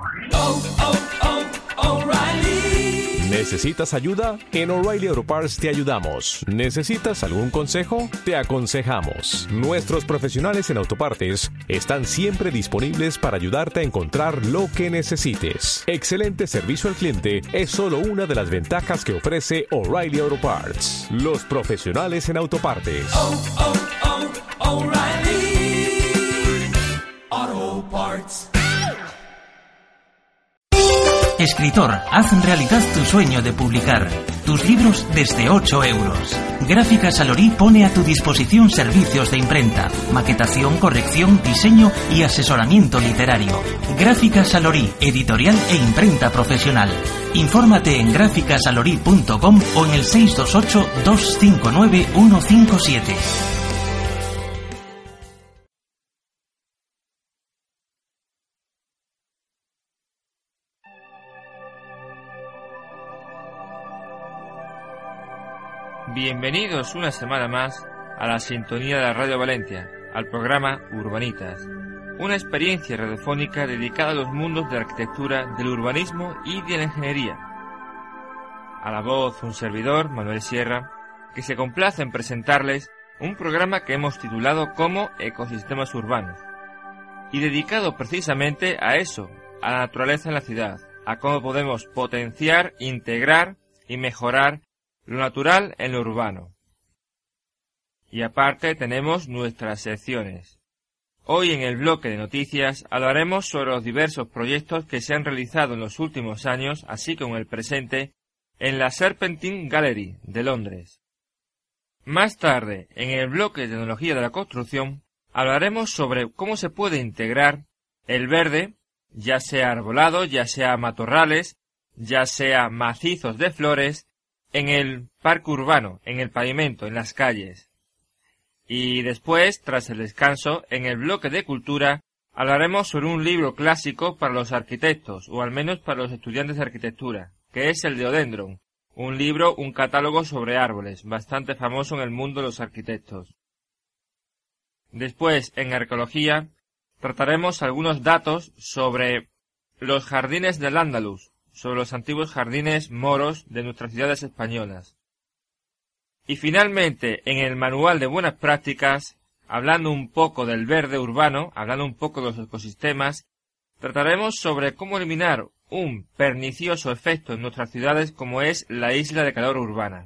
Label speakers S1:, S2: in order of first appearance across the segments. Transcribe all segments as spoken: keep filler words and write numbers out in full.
S1: Oh, oh, oh, O'Reilly.
S2: ¿Necesitas ayuda? En O'Reilly Auto Parts te ayudamos. ¿Necesitas algún consejo? Te aconsejamos. Nuestros profesionales en autopartes están siempre disponibles para ayudarte a encontrar lo que necesites. Excelente servicio al cliente es solo una de las ventajas que ofrece O'Reilly Auto Parts. Los profesionales en autopartes.
S1: Oh, oh, oh, O'Reilly Auto Parts.
S3: Escritor, haz realidad tu sueño de publicar tus libros desde ocho euros. Gráficas Salorí pone a tu disposición servicios de imprenta, maquetación, corrección, diseño y asesoramiento literario. Gráficas Salorí, editorial e imprenta profesional. Infórmate en gráficas salorí punto com o en el seis dos ocho, dos cinco nueve, uno cinco siete.
S4: Bienvenidos una semana más a la sintonía de la Radio Valencia, al programa Urbanitas, una experiencia radiofónica dedicada a los mundos de la arquitectura, del urbanismo y de la ingeniería. A la voz un servidor, Manuel Sierra, que se complace en presentarles un programa que hemos titulado como Ecosistemas Urbanos, y dedicado precisamente a eso, a la naturaleza en la ciudad, a cómo podemos potenciar, integrar y mejorar lo natural en lo urbano. Y aparte tenemos nuestras secciones. Hoy en el bloque de noticias hablaremos sobre los diversos proyectos que se han realizado en los últimos años, así como en el presente, en la Serpentine Gallery de Londres. Más tarde, en el bloque de tecnología de la construcción, hablaremos sobre cómo se puede integrar el verde, ya sea arbolado, ya sea matorrales, ya sea macizos de flores, en el parque urbano, en el pavimento, en las calles. Y después, tras el descanso, en el bloque de cultura, hablaremos sobre un libro clásico para los arquitectos, o al menos para los estudiantes de arquitectura, que es el Deodendron, un libro, un catálogo sobre árboles, bastante famoso en el mundo de los arquitectos. Después, en arqueología, trataremos algunos datos sobre los jardines del Andaluz, sobre los antiguos jardines moros de nuestras ciudades españolas. Y finalmente, en el manual de buenas prácticas, hablando un poco del verde urbano, hablando un poco de los ecosistemas, trataremos sobre cómo eliminar un pernicioso efecto en nuestras ciudades como es la isla de calor urbana.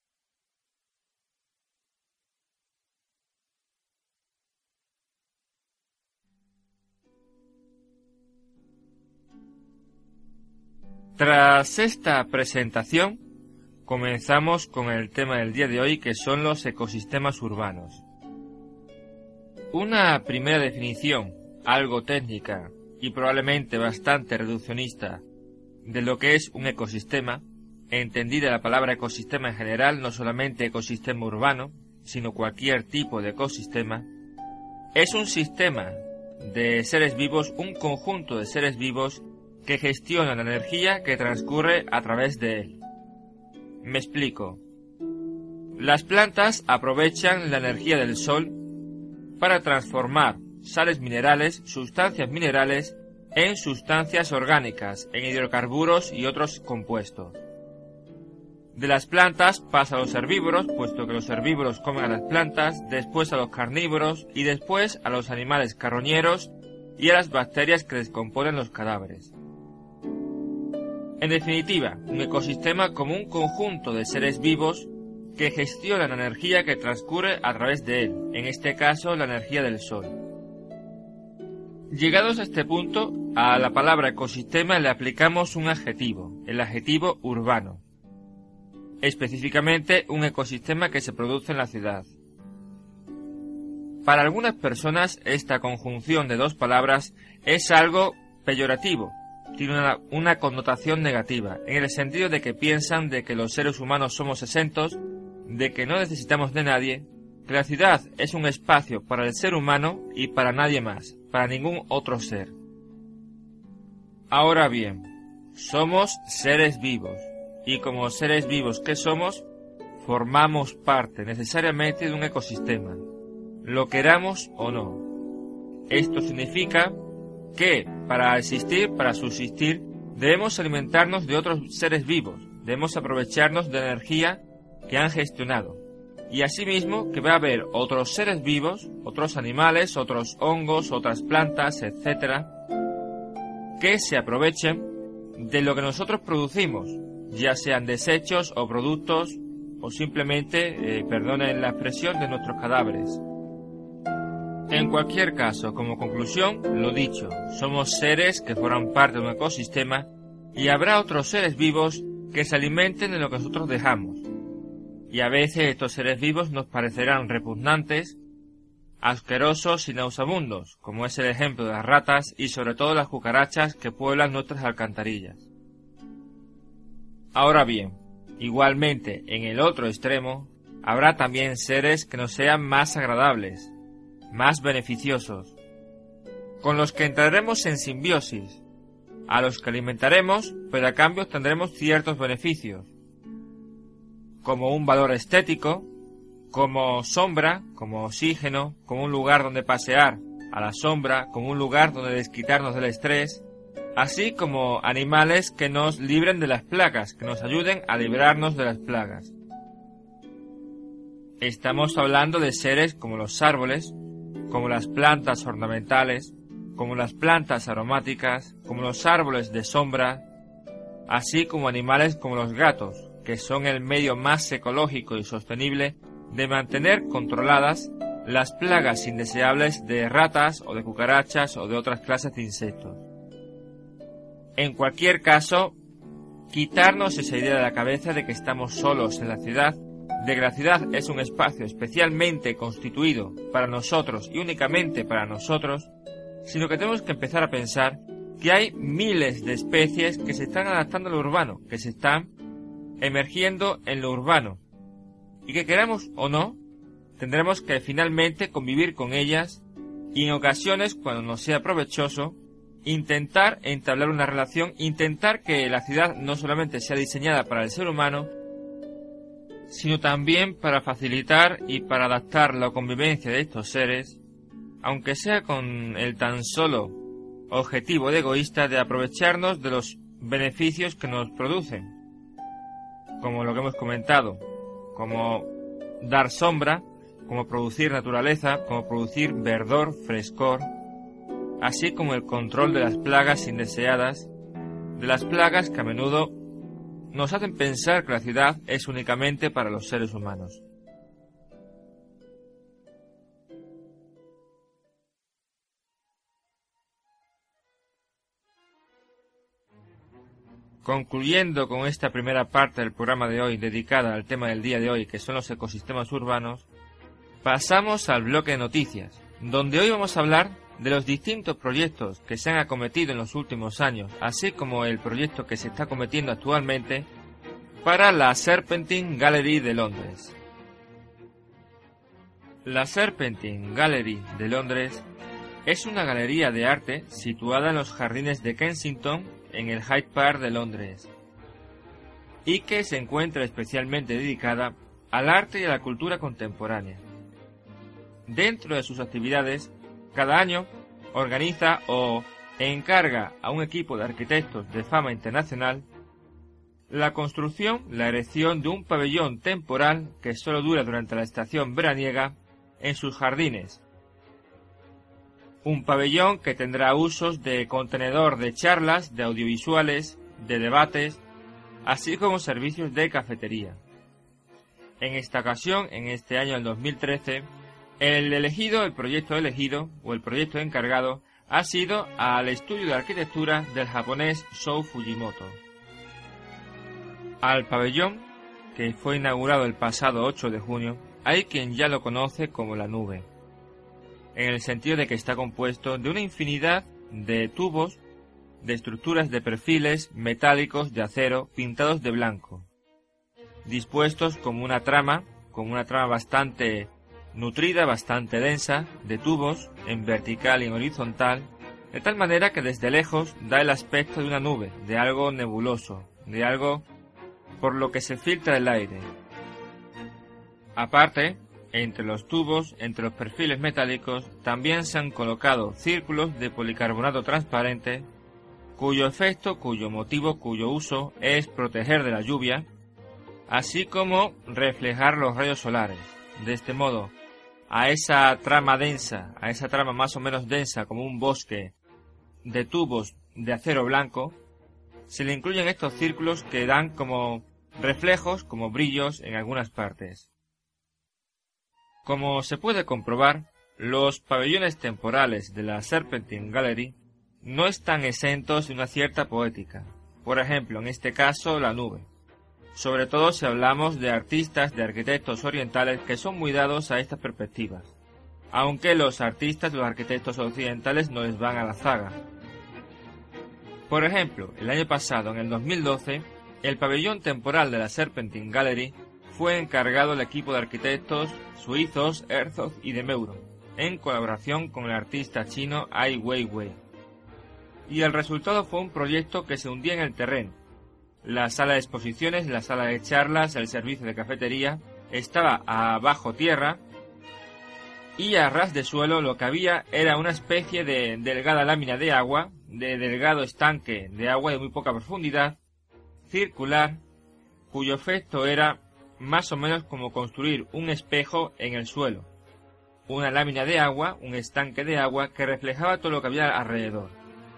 S4: Tras esta presentación, comenzamos con el tema del día de hoy, que son los ecosistemas urbanos. Una primera definición, algo técnica y probablemente bastante reduccionista, de lo que es un ecosistema, entendida la palabra ecosistema en general, no solamente ecosistema urbano, sino cualquier tipo de ecosistema, es un sistema de seres vivos, un conjunto de seres vivos que gestiona la energía que transcurre a través de él. Me explico. Las plantas aprovechan la energía del sol para transformar sales minerales, sustancias minerales, en sustancias orgánicas, en hidrocarburos y otros compuestos. De las plantas pasa a los herbívoros, puesto que los herbívoros comen a las plantas, después a los carnívoros y después a los animales carroñeros y a las bacterias que descomponen los cadáveres. En definitiva, un ecosistema como un conjunto de seres vivos que gestionan la energía que transcurre a través de él, en este caso la energía del sol. Llegados a este punto, a la palabra ecosistema le aplicamos un adjetivo, el adjetivo urbano. Específicamente, un ecosistema que se produce en la ciudad. Para algunas personas, esta conjunción de dos palabras es algo peyorativo, tiene una, una connotación negativa, en el sentido de que piensan de que los seres humanos somos exentos, de que no necesitamos de nadie, que la ciudad es un espacio para el ser humano y para nadie más, para ningún otro ser. Ahora bien, somos seres vivos, y como seres vivos que somos, formamos parte necesariamente de un ecosistema, lo queramos o no. Esto significa que para existir, para subsistir, debemos alimentarnos de otros seres vivos, debemos aprovecharnos de la energía que han gestionado. Y asimismo que va a haber otros seres vivos, otros animales, otros hongos, otras plantas, etcétera, que se aprovechen de lo que nosotros producimos, ya sean desechos o productos o simplemente, eh, perdonen la expresión, de nuestros cadáveres. En cualquier caso, como conclusión, lo dicho, somos seres que forman parte de un ecosistema y habrá otros seres vivos que se alimenten de lo que nosotros dejamos. Y a veces estos seres vivos nos parecerán repugnantes, asquerosos y nauseabundos, como es el ejemplo de las ratas y sobre todo las cucarachas que pueblan nuestras alcantarillas. Ahora bien, igualmente en el otro extremo, habrá también seres que nos sean más agradables, más beneficiosos, con los que entraremos en simbiosis, a los que alimentaremos, pero a cambio tendremos ciertos beneficios, como un valor estético, como sombra, como oxígeno, como un lugar donde pasear a la sombra, como un lugar donde desquitarnos del estrés, así como animales que nos libren de las plagas, que nos ayuden a librarnos de las plagas. Estamos hablando de seres como los árboles, como las plantas ornamentales, como las plantas aromáticas, como los árboles de sombra, así como animales como los gatos, que son el medio más ecológico y sostenible de mantener controladas las plagas indeseables de ratas o de cucarachas o de otras clases de insectos. En cualquier caso, quitarnos esa idea de la cabeza de que estamos solos en la ciudad, de que la ciudad es un espacio especialmente constituido para nosotros y únicamente para nosotros, sino que tenemos que empezar a pensar que hay miles de especies que se están adaptando a lo urbano, que se están emergiendo en lo urbano, y que queramos o no, tendremos que finalmente convivir con ellas y en ocasiones, cuando nos sea provechoso, intentar entablar una relación, intentar que la ciudad no solamente sea diseñada para el ser humano, sino también para facilitar y para adaptar la convivencia de estos seres, aunque sea con el tan solo objetivo de egoísta de aprovecharnos de los beneficios que nos producen, como lo que hemos comentado, como dar sombra, como producir naturaleza, como producir verdor, frescor, así como el control de las plagas indeseadas, de las plagas que a menudo nos hacen pensar que la ciudad es únicamente para los seres humanos. Concluyendo con esta primera parte del programa de hoy dedicada al tema del día de hoy, que son los ecosistemas urbanos, pasamos al bloque de noticias, donde hoy vamos a hablar de los distintos proyectos que se han acometido en los últimos años, así como el proyecto que se está acometiendo actualmente para la Serpentine Gallery de Londres. La Serpentine Gallery de Londres es una galería de arte situada en los jardines de Kensington, en el Hyde Park de Londres, y que se encuentra especialmente dedicada al arte y a la cultura contemporánea. Dentro de sus actividades, cada año organiza o encarga a un equipo de arquitectos de fama internacional la construcción, la erección de un pabellón temporal que solo dura durante la estación veraniega en sus jardines. Un pabellón que tendrá usos de contenedor de charlas, de audiovisuales, de debates, así como servicios de cafetería. En esta ocasión, en este año del dos mil trece, el elegido, el proyecto elegido, o el proyecto encargado, ha sido al estudio de arquitectura del japonés Shou Fujimoto. Al pabellón, que fue inaugurado el pasado ocho de junio, hay quien ya lo conoce como la nube, en el sentido de que está compuesto de una infinidad de tubos, de estructuras de perfiles metálicos de acero pintados de blanco, dispuestos como una trama, como una trama bastante nutrida, bastante densa, de tubos en vertical y en horizontal, de tal manera que desde lejos da el aspecto de una nube, de algo nebuloso, de algo por lo que se filtra el aire. Aparte, entre los tubos, entre los perfiles metálicos, también se han colocado círculos de policarbonato transparente, cuyo efecto, cuyo motivo, cuyo uso es proteger de la lluvia, así como reflejar los rayos solares. De este modo, a esa trama densa, a esa trama más o menos densa como un bosque de tubos de acero blanco, se le incluyen estos círculos que dan como reflejos, como brillos en algunas partes. Como se puede comprobar, los pabellones temporales de la Serpentine Gallery no están exentos de una cierta poética. Por ejemplo, en este caso, la nube. Sobre todo si hablamos de artistas, de arquitectos orientales que son muy dados a estas perspectivas. Aunque los artistas, los arquitectos occidentales no les van a la zaga. Por ejemplo, el año pasado, en el dos mil doce, el pabellón temporal de la Serpentine Gallery fue encargado al equipo de arquitectos suizos Herzog y de Meuron, en colaboración con el artista chino Ai Weiwei. Y el resultado fue un proyecto que se hundía en el terreno. La sala de exposiciones, la sala de charlas, el servicio de cafetería, estaba a bajo tierra y a ras de suelo lo que había era una especie de delgada lámina de agua, de delgado estanque de agua de muy poca profundidad, circular, cuyo efecto era más o menos como construir un espejo en el suelo. Una lámina de agua, un estanque de agua que reflejaba todo lo que había alrededor.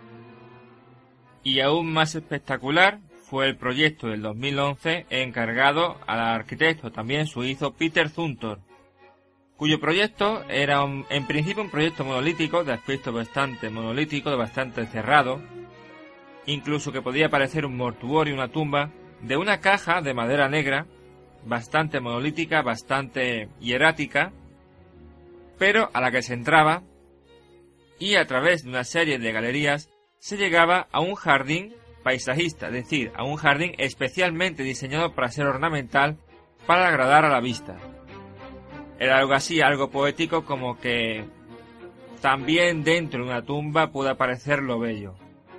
S4: Y aún más espectacular fue el proyecto del dos mil once encargado al arquitecto también suizo Peter Zumthor, cuyo proyecto era un, en principio un proyecto monolítico, de aspecto bastante monolítico, de bastante cerrado, incluso que podía parecer un mortuorio, una tumba, de una caja de madera negra, bastante monolítica, bastante hierática, pero a la que se entraba y a través de una serie de galerías se llegaba a un jardín paisajista, es decir, a un jardín especialmente diseñado para ser ornamental, para agradar a la vista. Era algo así, algo poético, como que también dentro de una tumba puede aparecer lo bello.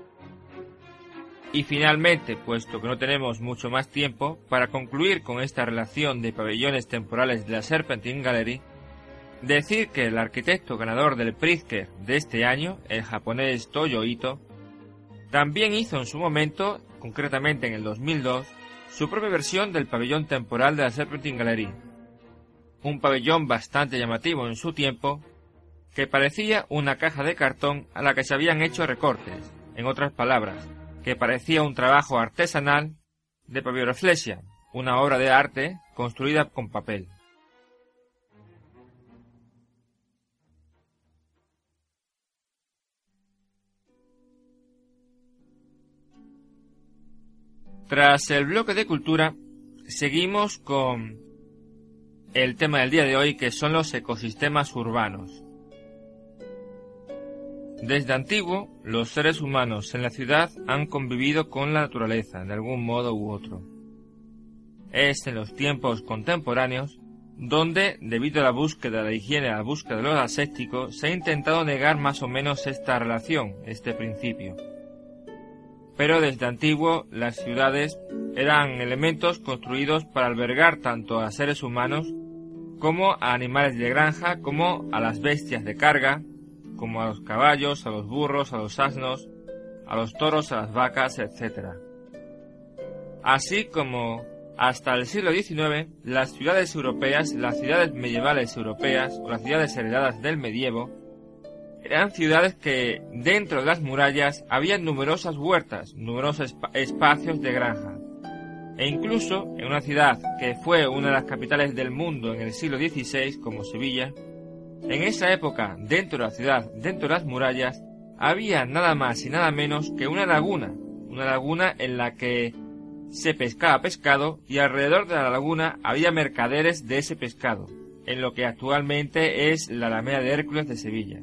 S4: Y finalmente, puesto que no tenemos mucho más tiempo, para concluir con esta relación de pabellones temporales de la Serpentine Gallery, decir que el arquitecto ganador del Pritzker de este año, el japonés Toyo Ito, también hizo en su momento, concretamente en el dos mil dos, su propia versión del pabellón temporal de la Serpentine Gallery. Un pabellón bastante llamativo en su tiempo, que parecía una caja de cartón a la que se habían hecho recortes, en otras palabras, que parecía un trabajo artesanal de papiroflexia, una obra de arte construida con papel. Tras el bloque de cultura, seguimos con el tema del día de hoy, que son los ecosistemas urbanos. Desde antiguo, los seres humanos en la ciudad han convivido con la naturaleza, de algún modo u otro. Es en los tiempos contemporáneos donde, debido a la búsqueda de la higiene, a la búsqueda de lo aséptico, se ha intentado negar más o menos esta relación, este principio. Pero desde antiguo las ciudades eran elementos construidos para albergar tanto a seres humanos como a animales de granja, como a las bestias de carga, como a los caballos, a los burros, a los asnos, a los toros, a las vacas, etcétera. Así como hasta el siglo diecinueve las ciudades europeas, las ciudades medievales europeas o las ciudades heredadas del medievo, eran ciudades que dentro de las murallas había numerosas huertas, numerosos espacios de granja. E incluso en una ciudad que fue una de las capitales del mundo en el siglo dieciséis, como Sevilla, en esa época, dentro de la ciudad, dentro de las murallas, había nada más y nada menos que una laguna, una laguna en la que se pescaba pescado y alrededor de la laguna había mercaderes de ese pescado, en lo que actualmente es la Alameda de Hércules de Sevilla.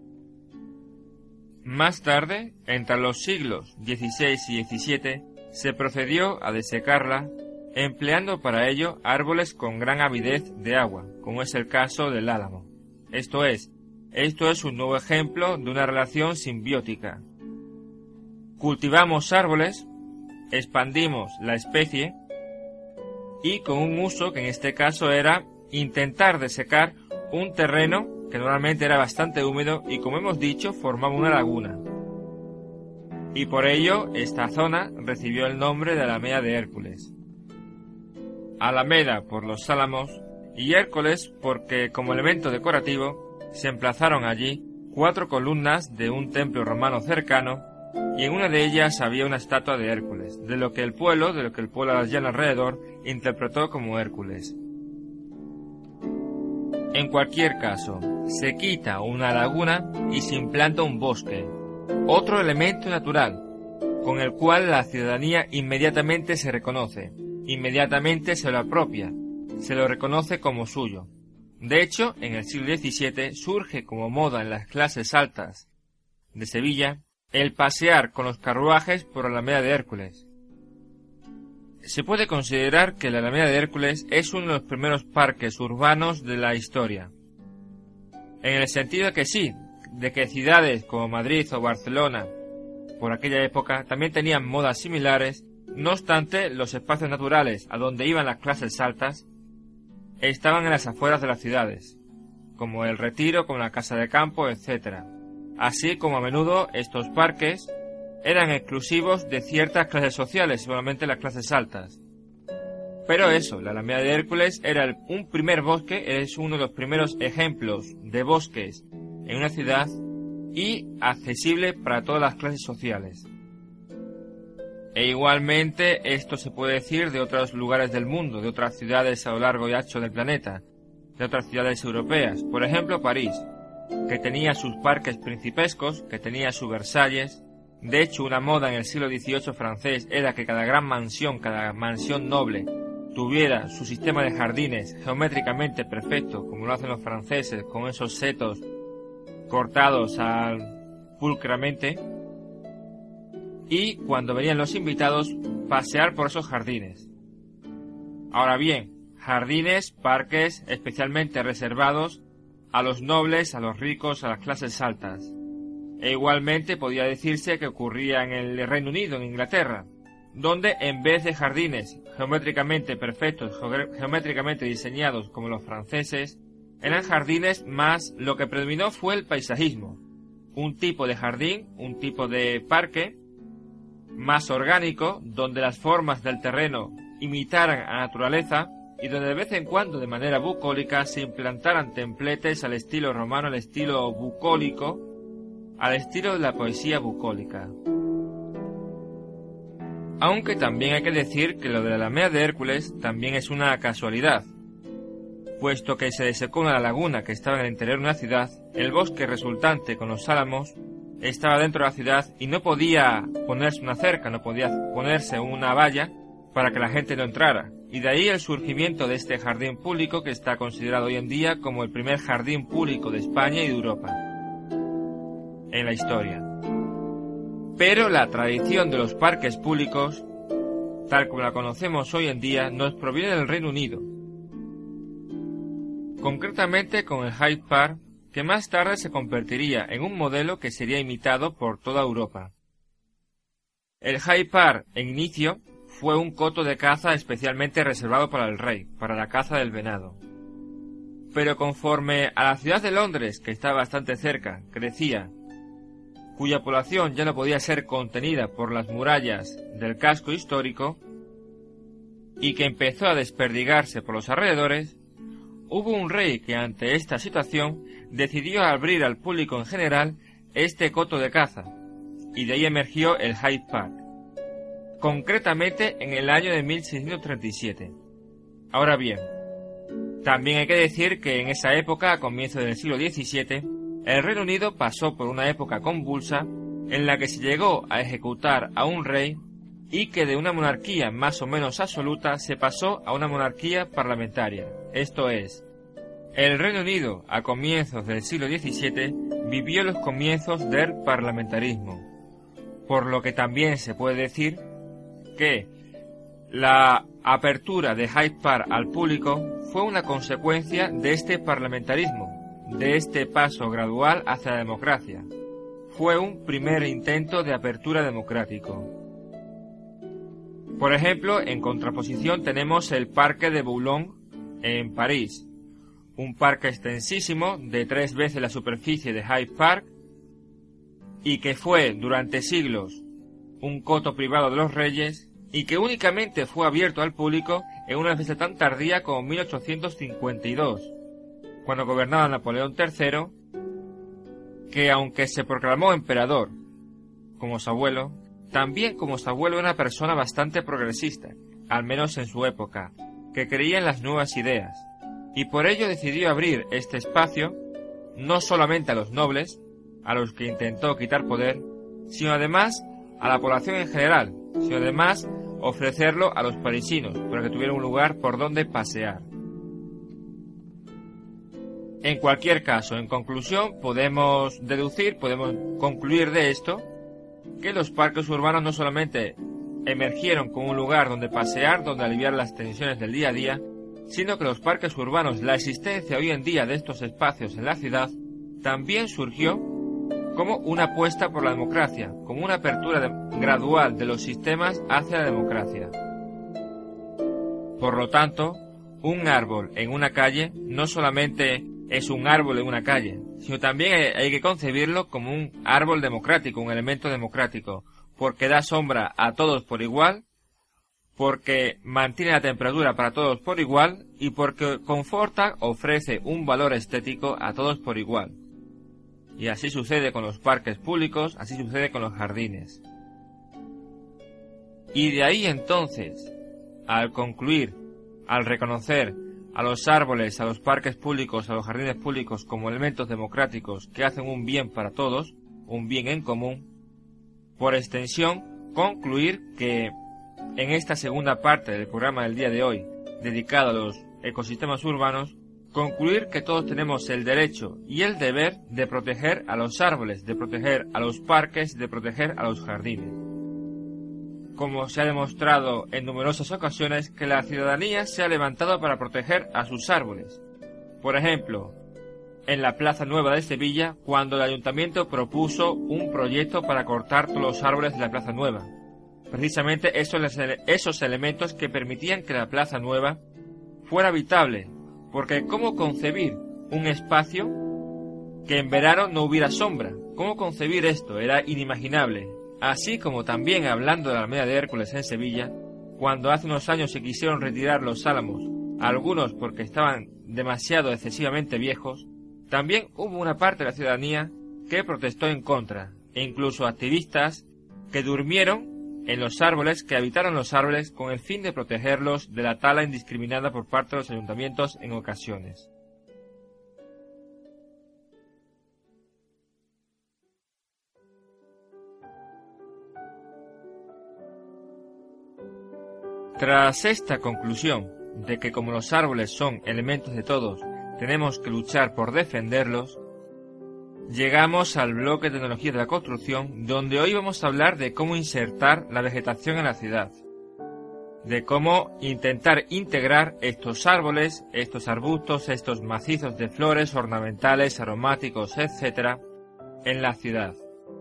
S4: Más tarde, entre los siglos dieciséis y diecisiete, se procedió a desecarla, empleando para ello árboles con gran avidez de agua, como es el caso del álamo. Esto es, esto es un nuevo ejemplo de una relación simbiótica. Cultivamos árboles, expandimos la especie, y con un uso que en este caso era intentar desecar un terreno que normalmente era bastante húmedo y, como hemos dicho, formaba una laguna. Y por ello esta zona recibió el nombre de Alameda de Hércules. Alameda por los álamos y Hércules porque, como elemento decorativo, se emplazaron allí cuatro columnas de un templo romano cercano, y en una de ellas había una estatua de Hércules, de lo que el pueblo, de lo que el pueblo allí alrededor interpretó como Hércules. En cualquier caso, se quita una laguna y se implanta un bosque, otro elemento natural, con el cual la ciudadanía inmediatamente se reconoce, inmediatamente se lo apropia, se lo reconoce como suyo. De hecho, en el siglo diecisiete surge como moda en las clases altas de Sevilla el pasear con los carruajes por la Alameda de Hércules. Se puede considerar que la Alameda de Hércules es uno de los primeros parques urbanos de la historia, en el sentido de que sí, de que ciudades como Madrid o Barcelona, por aquella época, también tenían modas similares. No obstante, los espacios naturales a donde iban las clases altas estaban en las afueras de las ciudades, como el Retiro, como la Casa de Campo, etcétera. Así como a menudo estos parques eran exclusivos de ciertas clases sociales, solamente las clases altas. Pero eso, la Alameda de Hércules era el, un primer bosque, es uno de los primeros ejemplos de bosques en una ciudad y accesible para todas las clases sociales. E igualmente esto se puede decir de otros lugares del mundo, de otras ciudades a lo largo y ancho del planeta, de otras ciudades europeas. Por ejemplo, París, que tenía sus parques principescos, que tenía su Versalles. De hecho, una moda en el siglo dieciocho francés era que cada gran mansión, cada mansión noble, tuviera su sistema de jardines geométricamente perfecto, como lo hacen los franceses, con esos setos cortados al pulcramente, y cuando venían los invitados, pasear por esos jardines. Ahora bien, jardines, parques especialmente reservados a los nobles, a los ricos, a las clases altas. E igualmente podía decirse que ocurría en el Reino Unido, en Inglaterra, donde en vez de jardines geométricamente perfectos, geométricamente diseñados como los franceses, eran jardines más, lo que predominó fue el paisajismo, un tipo de jardín, un tipo de parque más orgánico, donde las formas del terreno imitaran a la naturaleza y donde de vez en cuando, de manera bucólica, se implantaran templetes al estilo romano, al estilo bucólico, al estilo de la poesía bucólica. Aunque también hay que decir que lo de la Alameda de Hércules también es una casualidad, puesto que se desecó una laguna que estaba en el interior de una ciudad, el bosque resultante con los álamos estaba dentro de la ciudad y no podía ponerse una cerca, no podía ponerse una valla para que la gente no entrara. Y de ahí el surgimiento de este jardín público que está considerado hoy en día como el primer jardín público de España y de Europa en la historia. Pero la tradición de los parques públicos, tal como la conocemos hoy en día, nos proviene del Reino Unido. Concretamente con el Hyde Park, que más tarde se convertiría en un modelo que sería imitado por toda Europa. El Hyde Park, en inicio, fue un coto de caza especialmente reservado para el rey, para la caza del venado. Pero conforme a la ciudad de Londres, que está bastante cerca, crecía, cuya población ya no podía ser contenida por las murallas del casco histórico, y que empezó a desperdigarse por los alrededores, hubo un rey que ante esta situación decidió abrir al público en general este coto de caza, y de ahí emergió el Hyde Park, concretamente en el año de mil seiscientos treinta y siete. Ahora bien, también hay que decir que en esa época, a comienzos del siglo diecisiete, el Reino Unido pasó por una época convulsa en la que se llegó a ejecutar a un rey y que de una monarquía más o menos absoluta se pasó a una monarquía parlamentaria. Esto es, el Reino Unido a comienzos del siglo diecisiete vivió los comienzos del parlamentarismo, por lo que también se puede decir que la apertura de Hyde Park al público fue una consecuencia de este parlamentarismo, de este paso gradual hacia la democracia. Fue un primer intento de apertura democrático. Por ejemplo, en contraposición tenemos el Parque de Boulogne en París, un parque extensísimo de tres veces la superficie de Hyde Park y que fue durante siglos un coto privado de los reyes y que únicamente fue abierto al público en una fecha tan tardía como mil ochocientos cincuenta y dos, cuando gobernaba Napoleón tercero, que aunque se proclamó emperador como su abuelo, también como su abuelo era una persona bastante progresista, al menos en su época, que creía en las nuevas ideas, y por ello decidió abrir este espacio no solamente a los nobles, a los que intentó quitar poder, sino además a la población en general, sino además ofrecerlo a los parisinos para que tuvieran un lugar por donde pasear. En cualquier caso, en conclusión, podemos deducir, podemos concluir de esto, que los parques urbanos no solamente emergieron como un lugar donde pasear, donde aliviar las tensiones del día a día, sino que los parques urbanos, la existencia hoy en día de estos espacios en la ciudad, también surgió como una apuesta por la democracia, como una apertura de, gradual de los sistemas hacia la democracia. Por lo tanto, un árbol en una calle no solamente es un árbol en una calle, sino también hay, hay que concebirlo como un árbol democrático, un elemento democrático, porque da sombra a todos por igual, porque mantiene la temperatura para todos por igual y porque conforta, ofrece un valor estético a todos por igual. Y así sucede con los parques públicos, así sucede con los jardines. Y de ahí entonces, al concluir, al reconocer a los árboles, a los parques públicos, a los jardines públicos como elementos democráticos que hacen un bien para todos, un bien en común, por extensión, concluir que en esta segunda parte del programa del día de hoy, dedicado a los ecosistemas urbanos, concluir que todos tenemos el derecho y el deber de proteger a los árboles, de proteger a los parques, de proteger a los jardines. Como se ha demostrado en numerosas ocasiones que la ciudadanía se ha levantado para proteger a sus árboles. Por ejemplo, en la Plaza Nueva de Sevilla, cuando el ayuntamiento propuso un proyecto para cortar todos los árboles de la Plaza Nueva. Precisamente esos, esos elementos que permitían que la Plaza Nueva fuera habitable, porque ¿cómo concebir un espacio que en verano no hubiera sombra? ¿Cómo concebir esto? Era inimaginable. Así como también, hablando de la Alameda de Hércules en Sevilla, cuando hace unos años se quisieron retirar los álamos, algunos porque estaban demasiado excesivamente viejos, también hubo una parte de la ciudadanía que protestó en contra, e incluso activistas que durmieron en los árboles, que habitaron los árboles con el fin de protegerlos de la tala indiscriminada por parte de los ayuntamientos en ocasiones. Tras esta conclusión de que como los árboles son elementos de todos, tenemos que luchar por defenderlos, llegamos al bloque de tecnología de la construcción, donde hoy vamos a hablar de cómo insertar la vegetación en la ciudad, de cómo intentar integrar estos árboles, estos arbustos, estos macizos de flores ornamentales, aromáticos, etcétera, en la ciudad.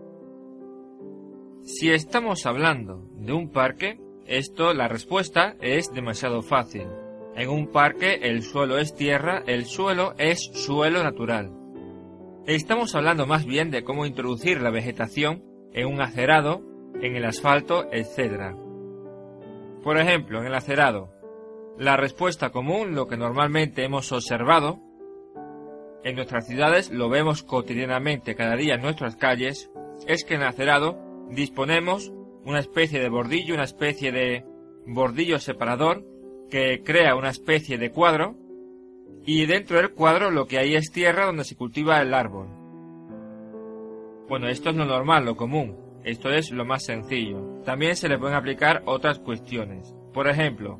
S4: Si estamos hablando de un parque, esto, la respuesta es demasiado fácil. En un parque el suelo es tierra, el suelo es suelo natural. Estamos hablando más bien de cómo introducir la vegetación en un acerado, en el asfalto, etcétera. Por ejemplo, en el acerado, la respuesta común, lo que normalmente hemos observado en nuestras ciudades, lo vemos cotidianamente cada día en nuestras calles, es que en el acerado disponemos una especie de bordillo, una especie de bordillo separador que crea una especie de cuadro, y dentro del cuadro lo que hay es tierra donde se cultiva el árbol. Bueno, esto es lo normal, lo común, esto es lo más sencillo. También se le pueden aplicar otras cuestiones. Por ejemplo,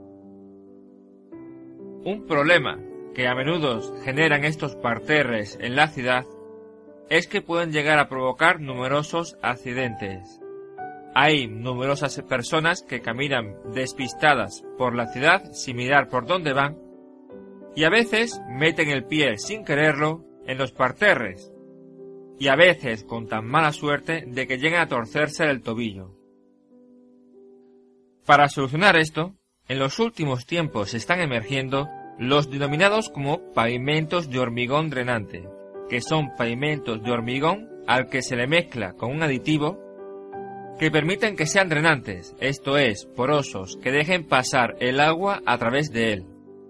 S4: un problema que a menudo generan estos parterres en la ciudad es que pueden llegar a provocar numerosos accidentes. Hay numerosas personas que caminan despistadas por la ciudad sin mirar por dónde van y a veces meten el pie sin quererlo en los parterres y a veces con tan mala suerte de que llegan a torcerse el tobillo. Para solucionar esto, en los últimos tiempos están emergiendo los denominados como pavimentos de hormigón drenante, que son pavimentos de hormigón al que se le mezcla con un aditivo que permiten que sean drenantes, esto es, porosos, que dejen pasar el agua a través de él,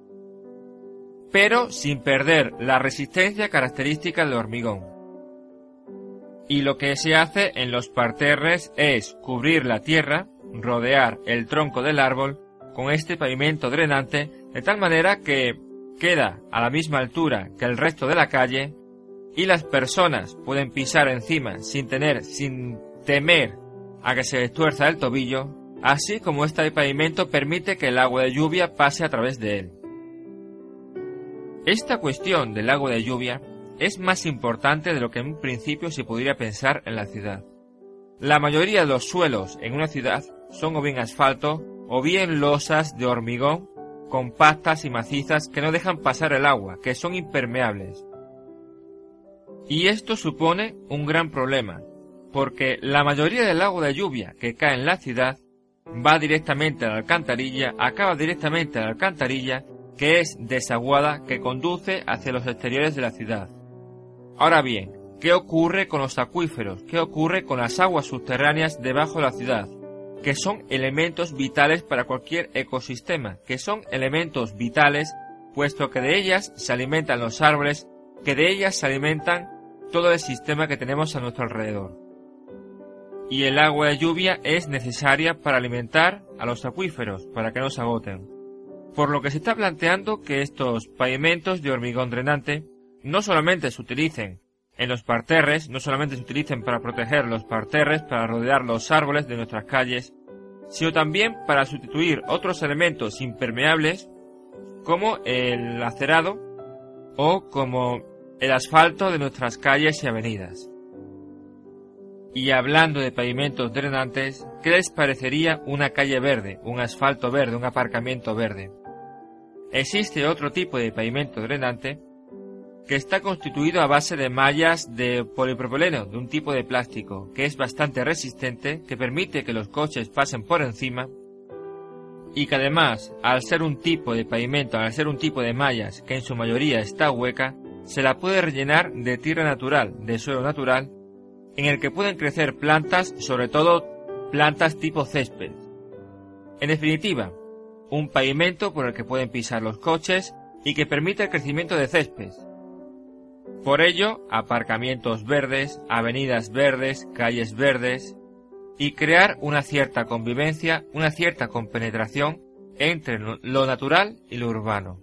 S4: pero sin perder la resistencia característica del hormigón. Y lo que se hace en los parterres es cubrir la tierra, rodear el tronco del árbol con este pavimento drenante, de tal manera que queda a la misma altura que el resto de la calle y las personas pueden pisar encima sin tener, sin temer a que se les tuerza el tobillo, así como este pavimento permite que el agua de lluvia pase a través de él. Esta cuestión del agua de lluvia es más importante de lo que en un principio se podría pensar en la ciudad. La mayoría de los suelos en una ciudad son o bien asfalto o bien losas de hormigón compactas y macizas que no dejan pasar el agua, que son impermeables. Y esto supone un gran problema, porque la mayoría del agua de lluvia que cae en la ciudad va directamente a la alcantarilla, acaba directamente a la alcantarilla, que es desaguada, que conduce hacia los exteriores de la ciudad. Ahora bien, ¿qué ocurre con los acuíferos? ¿Qué ocurre con las aguas subterráneas debajo de la ciudad? Que son elementos vitales para cualquier ecosistema, que son elementos vitales, puesto que de ellas se alimentan los árboles, que de ellas se alimentan todo el sistema que tenemos a nuestro alrededor. Y el agua de lluvia es necesaria para alimentar a los acuíferos, para que no se agoten. Por lo que se está planteando que estos pavimentos de hormigón drenante no solamente se utilicen en los parterres, no solamente se utilicen para proteger los parterres, para rodear los árboles de nuestras calles, sino también para sustituir otros elementos impermeables como el acerado o como el asfalto de nuestras calles y avenidas. Y hablando de pavimentos drenantes, ¿qué les parecería una calle verde, un asfalto verde, un aparcamiento verde? Existe otro tipo de pavimento drenante que está constituido a base de mallas de polipropileno, de un tipo de plástico, que es bastante resistente, que permite que los coches pasen por encima, y que además, al ser un tipo de pavimento, al ser un tipo de mallas que en su mayoría está hueca, se la puede rellenar de tierra natural, de suelo natural, en el que pueden crecer plantas, sobre todo plantas tipo césped. En definitiva, un pavimento por el que pueden pisar los coches y que permite el crecimiento de césped. Por ello, aparcamientos verdes, avenidas verdes, calles verdes, y crear una cierta convivencia, una cierta compenetración entre lo natural y lo urbano.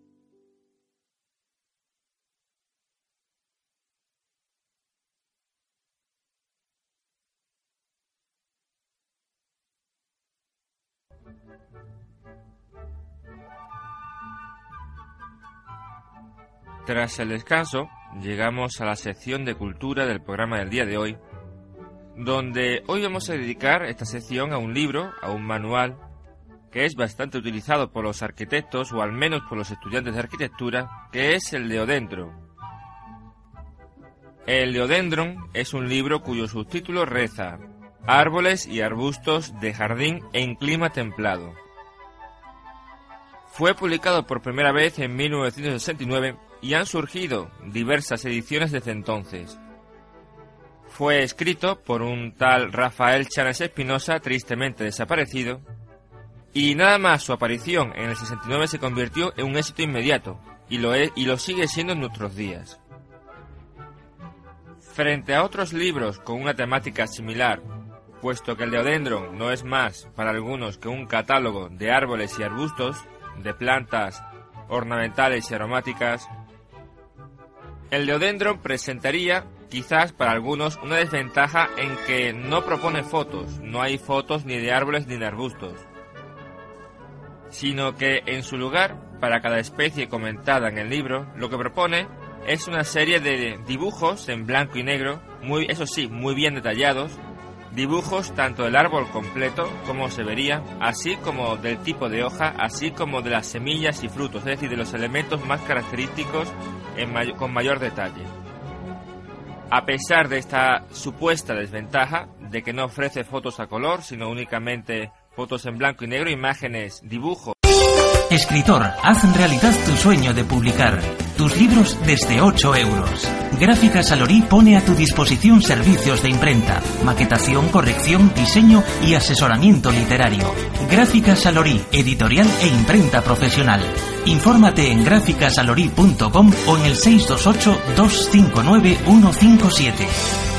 S4: Tras el descanso, llegamos a la sección de cultura del programa del día de hoy, donde hoy vamos a dedicar esta sección a un libro, a un manual, que es bastante utilizado por los arquitectos, o al menos por los estudiantes de arquitectura, que es el Deodendron. El Deodendron es un libro cuyo subtítulo reza Árboles y arbustos de jardín en clima templado. Fue publicado por primera vez en mil novecientos sesenta y nueve y han surgido diversas ediciones desde entonces. Fue escrito por un tal Rafael Chanes Espinosa, tristemente desaparecido, y nada más su aparición en el sesenta y nueve se convirtió en un éxito inmediato, y lo, es, y lo sigue siendo en nuestros días. Frente a otros libros con una temática similar, puesto que el Deodendron no es más para algunos que un catálogo de árboles y arbustos, de plantas ornamentales y aromáticas, el Deodendron presentaría, quizás para algunos, una desventaja en que no propone fotos, no hay fotos ni de árboles ni de arbustos, sino que en su lugar, para cada especie comentada en el libro, lo que propone es una serie de dibujos en blanco y negro, muy, eso sí, muy bien detallados, dibujos tanto del árbol completo, como se vería, así como del tipo de hoja, así como de las semillas y frutos, es decir, de los elementos más característicos en may- con mayor detalle. A pesar de esta supuesta desventaja de que no ofrece fotos a color, sino únicamente fotos en blanco y negro, imágenes, dibujos
S3: Escritor, haz realidad tu sueño de publicar. Tus libros desde ocho euros. Gráficas Salorí pone a tu disposición servicios de imprenta, maquetación, corrección, diseño y asesoramiento literario. Gráficas Salorí, editorial e imprenta profesional. Infórmate en gráficas salorí punto com o en el seis dos ocho, dos cinco nueve, uno cinco siete.